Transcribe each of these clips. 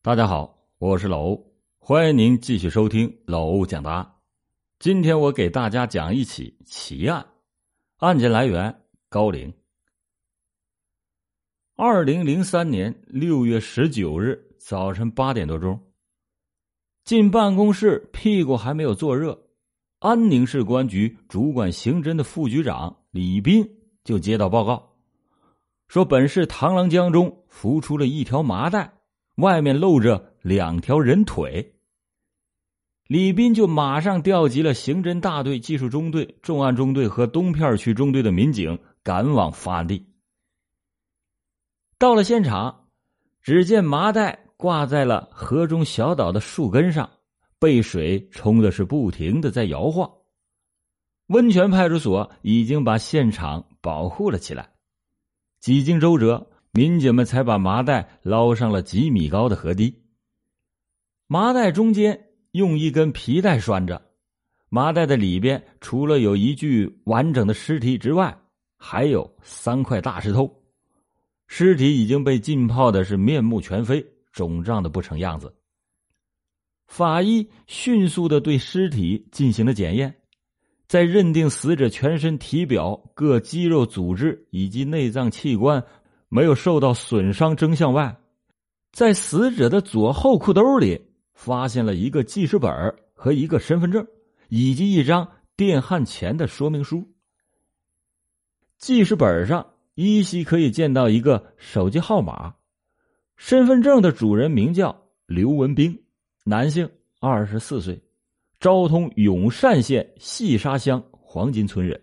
大家好，我是老欧，欢迎您继续收听老欧讲答案。今天我给大家讲一起奇案，案件来源高陵。2003年6月19日早晨8点多钟，进办公室屁股还没有坐热，安宁市公安局主管刑侦的副局长李斌就接到报告，说本市螳螂江中浮出了一条麻袋，外面露着2条人腿。李斌就马上调集了刑侦大队、技术中队、重案中队和东片区中队的民警赶往发案地。到了现场，只见麻袋挂在了河中小岛的树根上，被水冲的是不停的在摇晃。温泉派出所已经把现场保护了起来。几经周折，民警们才把麻袋捞上了几米高的河堤。麻袋中间用一根皮带拴着，麻袋的里边除了有一具完整的尸体之外，还有3块大石头。尸体已经被浸泡的是面目全非，肿胀的不成样子。法医迅速地对尸体进行了检验，在认定死者全身体表各肌肉组织以及内脏器官没有受到损伤征象外，在死者的左后裤兜里发现了一个记事本和一个身份证，以及一张电焊钳的说明书。记事本上依稀可以见到一个手机号码，身份证的主人名叫刘文兵，男性，24岁，昭通永善县细沙乡黄金村人。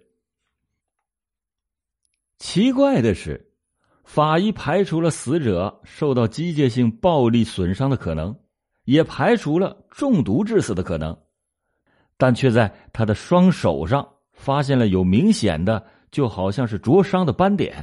奇怪的是，法医排除了死者受到机械性暴力损伤的可能，也排除了中毒致死的可能，但却在他的双手上发现了有明显的就好像是灼伤的斑点。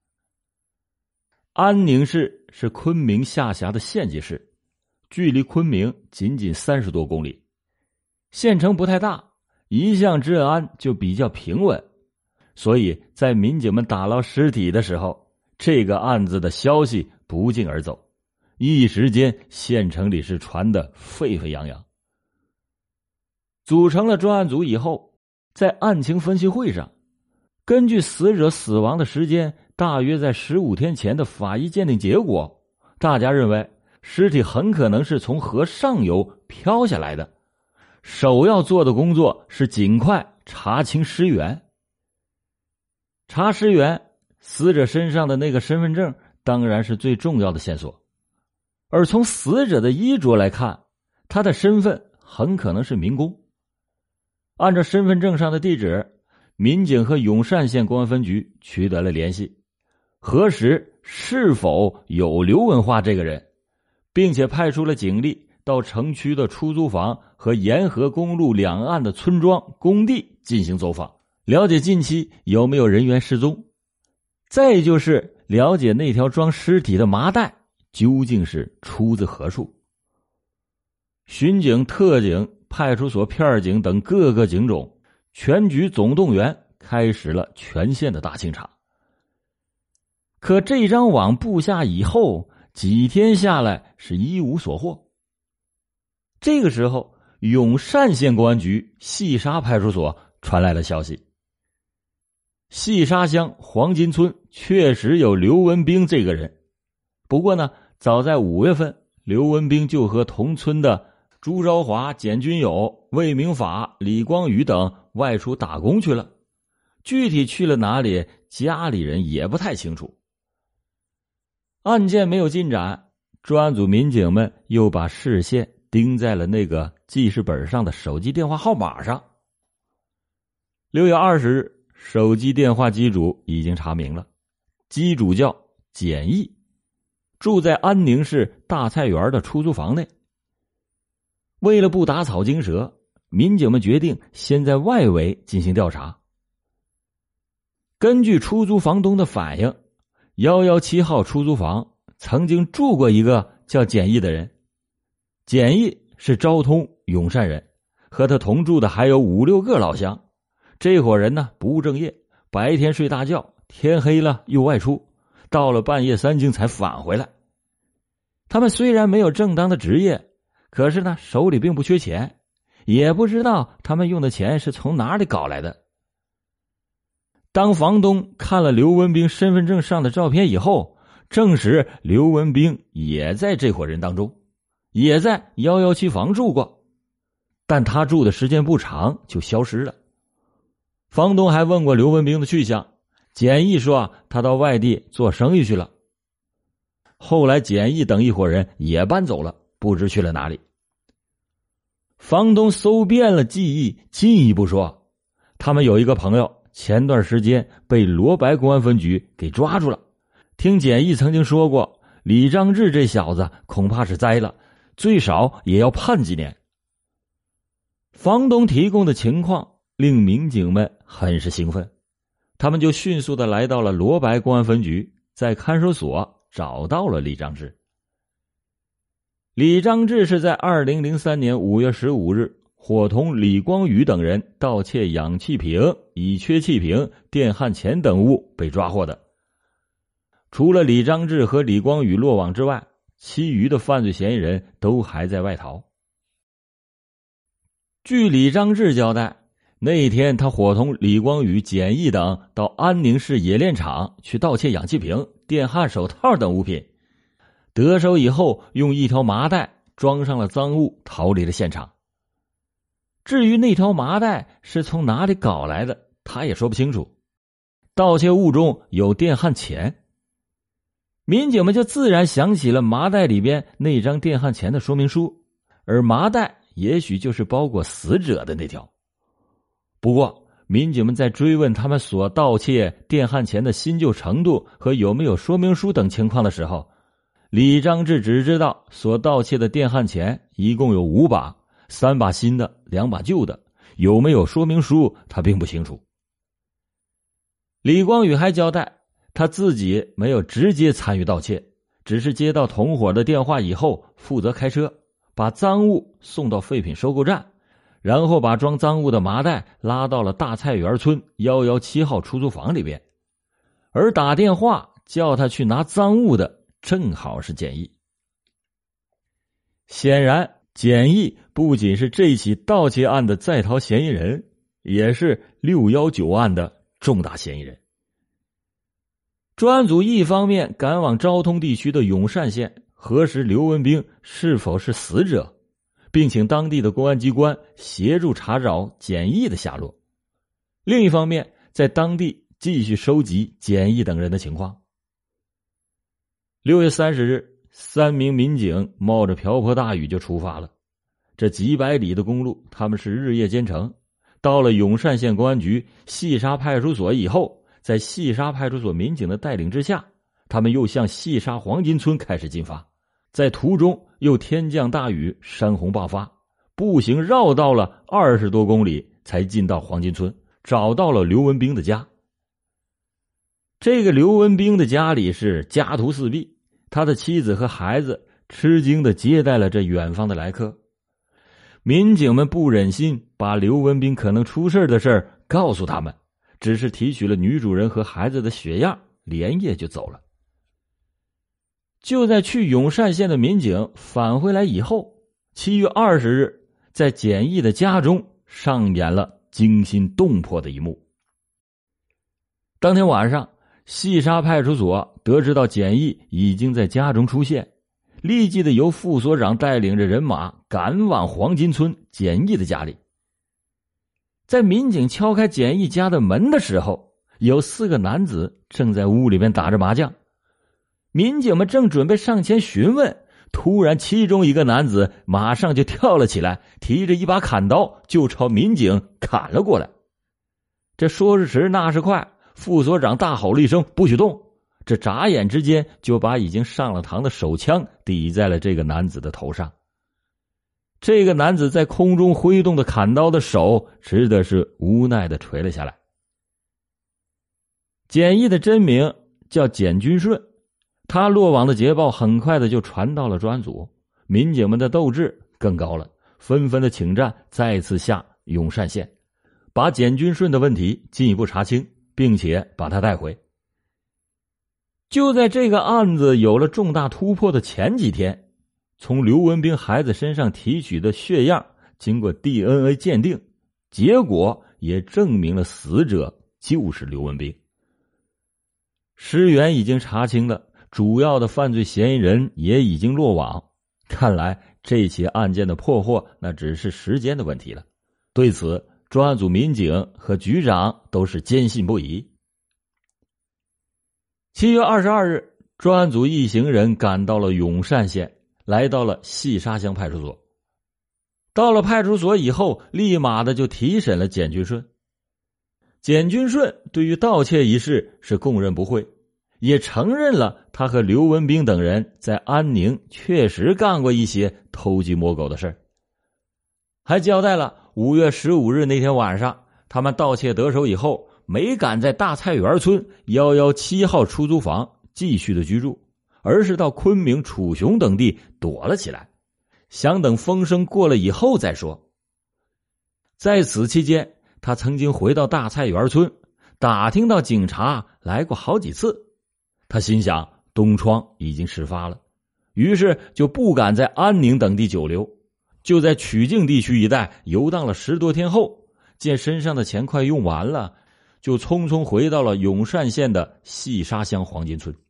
安宁市是昆明下辖的县级市，距离昆明仅仅30多公里，县城不太大，一向治安就比较平稳，所以在民警们打捞尸体的时候，这个案子的消息不胫而走，一时间县城里是传得沸沸扬扬。组成了专案组以后，在案情分析会上，根据死者死亡的时间大约在15天前的法医鉴定结果，大家认为尸体很可能是从河上游漂下来的，首要做的工作是尽快查清尸源。查尸源，死者身上的那个身份证当然是最重要的线索，而从死者的衣着来看，他的身份很可能是民工。按照身份证上的地址，民警和永善县公安分局取得了联系，核实是否有刘文化这个人，并且派出了警力到城区的出租房和沿河公路两岸的村庄、工地进行走访，了解近期有没有人员失踪，再就是了解那条装尸体的麻袋究竟是出自何处。巡警、特警、派出所片警等各个警种全局总动员，开始了全县的大清查。可这张网布下以后，几天下来是一无所获。这个时候，永善县公安局细沙派出所传来了消息，细沙乡黄金村确实有刘文兵这个人。不过呢，早在5月份，刘文兵就和同村的朱朝华、简君友、魏明法、李光宇等外出打工去了，具体去了哪里，家里人也不太清楚。案件没有进展，专案组民警们又把视线盯在了那个记事本上的手机电话号码上。6月20日，手机电话机主已经查明了，机主叫简易，住在安宁市大菜园的出租房内。为了不打草惊蛇，民警们决定先在外围进行调查。根据出租房东的反映，117号出租房曾经住过一个叫简易的人。简易是昭通永善人，和他同住的还有5、6个老乡。这伙人呢不务正业，白天睡大觉，天黑了又外出，到了半夜3更才返回来。 他们虽然没有正当的职业，可是呢，手里并不缺钱，也不知道他们用的钱是从哪里搞来的。当房东看了刘文兵身份证上的照片以后，证实刘文兵也在这伙人当中，也在117房住过，但他住的时间不长就消失了。房东还问过刘文兵的去向，简易说他到外地做生意去了。后来简易等一伙人也搬走了，不知去了哪里。房东搜遍了记忆，进一步说他们有一个朋友前段时间被罗白公安分局给抓住了，听简易曾经说过，李章志这小子恐怕是栽了，最少也要判几年。房东提供的情况令民警们很是兴奋，他们就迅速的来到了罗白公安分局，在看守所找到了李章志。李章志是在2003年5月15日伙同李光宇等人盗窃氧气瓶、乙炔气瓶、电焊钳等物被抓获的。除了李章志和李光宇落网之外，其余的犯罪嫌疑人都还在外逃。据李章志交代，那天他伙同李光宇、简易等到安宁市冶炼厂去盗窃氧气瓶、电焊手套等物品，得手以后用一条麻袋装上了赃物逃离了现场。至于那条麻袋是从哪里搞来的，他也说不清楚。盗窃物中有电焊钳，民警们就自然想起了麻袋里边那张电焊钳的说明书，而麻袋也许就是包裹死者的那条。不过民警们在追问他们所盗窃电焊钳的新旧程度和有没有说明书等情况的时候，李章志只知道所盗窃的电焊钳一共有5把，3把新的，2把旧的，有没有说明书他并不清楚。李光宇还交代，他自己没有直接参与盗窃，只是接到同伙的电话以后负责开车，把赃物送到废品收购站，然后把装赃物的麻袋拉到了大菜园村117号出租房里边，而打电话叫他去拿赃物的正好是简易。显然简易不仅是这起盗窃案的在逃嫌疑人，也是619案的重大嫌疑人。专案组一方面赶往昭通地区的永善县核实刘文兵是否是死者，并请当地的公安机关协助查找简易的下落，另一方面在当地继续收集简易等人的情况。6月30日，3名民警冒着瓢泼大雨就出发了。这几百里的公路，他们是日夜兼程。到了永善县公安局细沙派出所以后，在细沙派出所民警的带领之下，他们又向细沙黄金村开始进发。在途中又天降大雨，山洪爆发，步行绕道了20多公里才进到黄金村，找到了刘文兵的家。这个刘文兵的家里是家徒四壁，他的妻子和孩子吃惊地接待了这远方的来客。民警们不忍心把刘文兵可能出事的事告诉他们，只是提取了女主人和孩子的血样，连夜就走了。就在去永善县的民警返回来以后，7月20日，在简易的家中上演了惊心动魄的一幕。当天晚上，细沙派出所得知到简易已经在家中出现，立即的由副所长带领着人马赶往黄金村简易的家里。在民警敲开简易家的门的时候，有4个男子正在屋里面打着麻将。民警们正准备上前询问，突然其中一个男子马上就跳了起来，提着一把砍刀就朝民警砍了过来。这说时迟那时快，副所长大吼了一声不许动，这眨眼之间就把已经上了膛的手枪抵在了这个男子的头上。这个男子在空中挥动的砍刀的手只得是无奈的垂了下来。简易的真名叫简军顺，他落网的捷报很快的就传到了专案组，民警们的斗志更高了，纷纷的请战再次下永善县，把简军顺的问题进一步查清，并且把他带回。就在这个案子有了重大突破的前几天， 从刘文彬孩子身上提取的血样经过 DNA 鉴定，结果也证明了死者就是刘文彬。尸源已经查清了，主要的犯罪嫌疑人也已经落网，看来这起案件的破获那只是时间的问题了。对此，专案组民警和局长都是坚信不疑。7月22日，专案组一行人赶到了永善县，来到了细沙乡派出所。到了派出所以后，立马的就提审了简军顺。简军顺对于盗窃一事是供认不讳，也承认了他和刘文彬等人在安宁确实干过一些偷鸡摸狗的事，还交代了5月15日那天晚上，他们盗窃得手以后，没赶在大菜园村117号出租房继续的居住，而是到昆明楚雄等地躲了起来，想等风声过了以后再说。在此期间，他曾经回到大菜园村，打听到警察来过好几次。他心想东窗已经事发了，于是就不敢在安宁等地久留，就在曲靖地区一带游荡了10多天后，见身上的钱快用完了，就匆匆回到了永善县的细沙乡黄金村。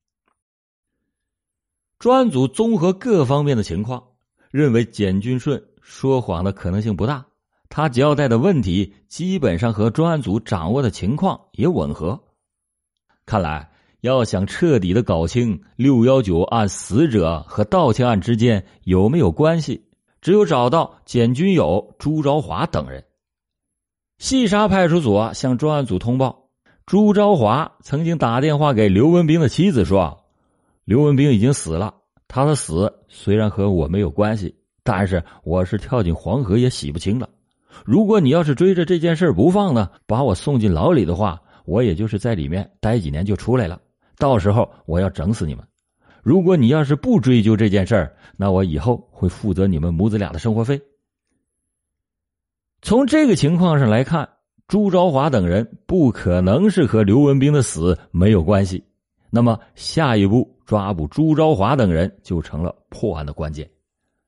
专案组综合各方面的情况，认为简军顺说谎的可能性不大，他交代的问题基本上和专案组掌握的情况也吻合。看来要想彻底的搞清619案死者和盗窃案之间有没有关系，只有找到简军友、朱朝华等人。细沙派出所向专案组通报，朱朝华曾经打电话给刘文彬的妻子说，刘文彬已经死了，他的死虽然和我没有关系，但是我是跳进黄河也洗不清了。如果你要是追着这件事不放呢，把我送进牢里的话，我也就是在里面待几年就出来了，到时候我要整死你们。如果你要是不追究这件事儿，那我以后会负责你们母子俩的生活费。从这个情况上来看，朱朝华等人不可能是和刘文彬的死没有关系，那么下一步抓捕朱朝华等人就成了破案的关键。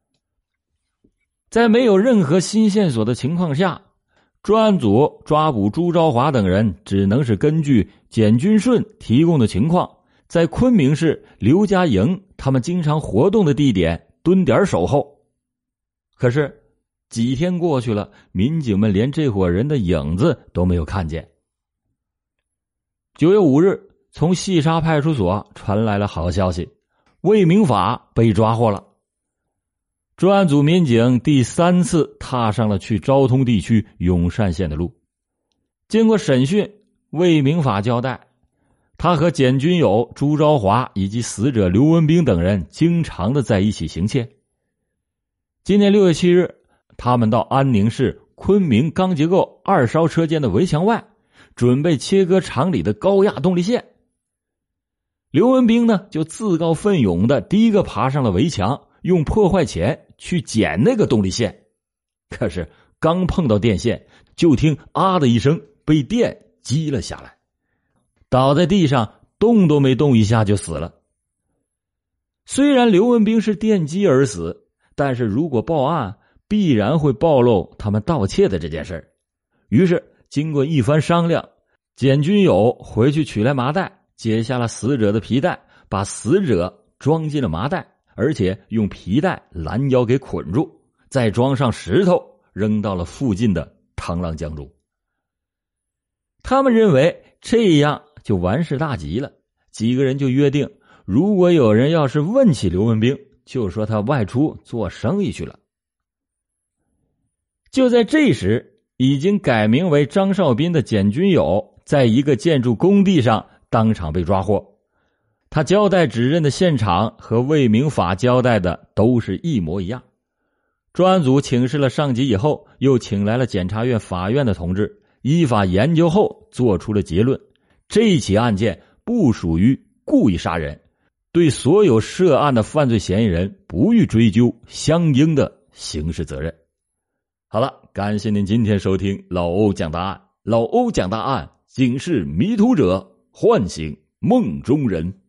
在没有任何新线索的情况下，专案组抓捕朱朝华等人只能是根据简军顺提供的情况，在昆明市刘家营他们经常活动的地点蹲点守候。可是几天过去了，民警们连这伙人的影子都没有看见。9月5日，从细沙派出所传来了好消息，魏明法被抓获了。专案组民警第3次踏上了去昭通地区永善县的路。经过审讯，魏明法交代，他和简军友、朱朝华以及死者刘文彬等人经常的在一起行窃。今年6月7日，他们到安宁市昆明钢结构2烧车间的围墙外，准备切割厂里的高压动力线。刘文彬呢，就自告奋勇的第一个爬上了围墙，用破坏钳去剪那个动力线。可是刚碰到电线，就听啊的一声，被电击了下来，倒在地上，动都没动一下就死了。虽然刘文彬是电击而死，但是如果报案，必然会暴露他们盗窃的这件事。于是经过一番商量，简军友回去取来麻袋，解下了死者的皮带，把死者装进了麻袋，而且用皮带拦腰给捆住，再装上石头，扔到了附近的螳螂江中。他们认为这样就完事大吉了，几个人就约定，如果有人要是问起刘文彬，就说他外出做生意去了。就在这时，已经改名为张少斌的简军友在一个建筑工地上当场被抓获。他交代指认的现场和魏明法交代的都是一模一样。专案组请示了上级以后，又请来了检察院、法院的同志，依法研究后做出了结论，这起案件不属于故意杀人，对所有涉案的犯罪嫌疑人不予追究相应的刑事责任。好了，感谢您今天收听老欧讲大案。老欧讲大案，警示迷途者，唤醒梦中人。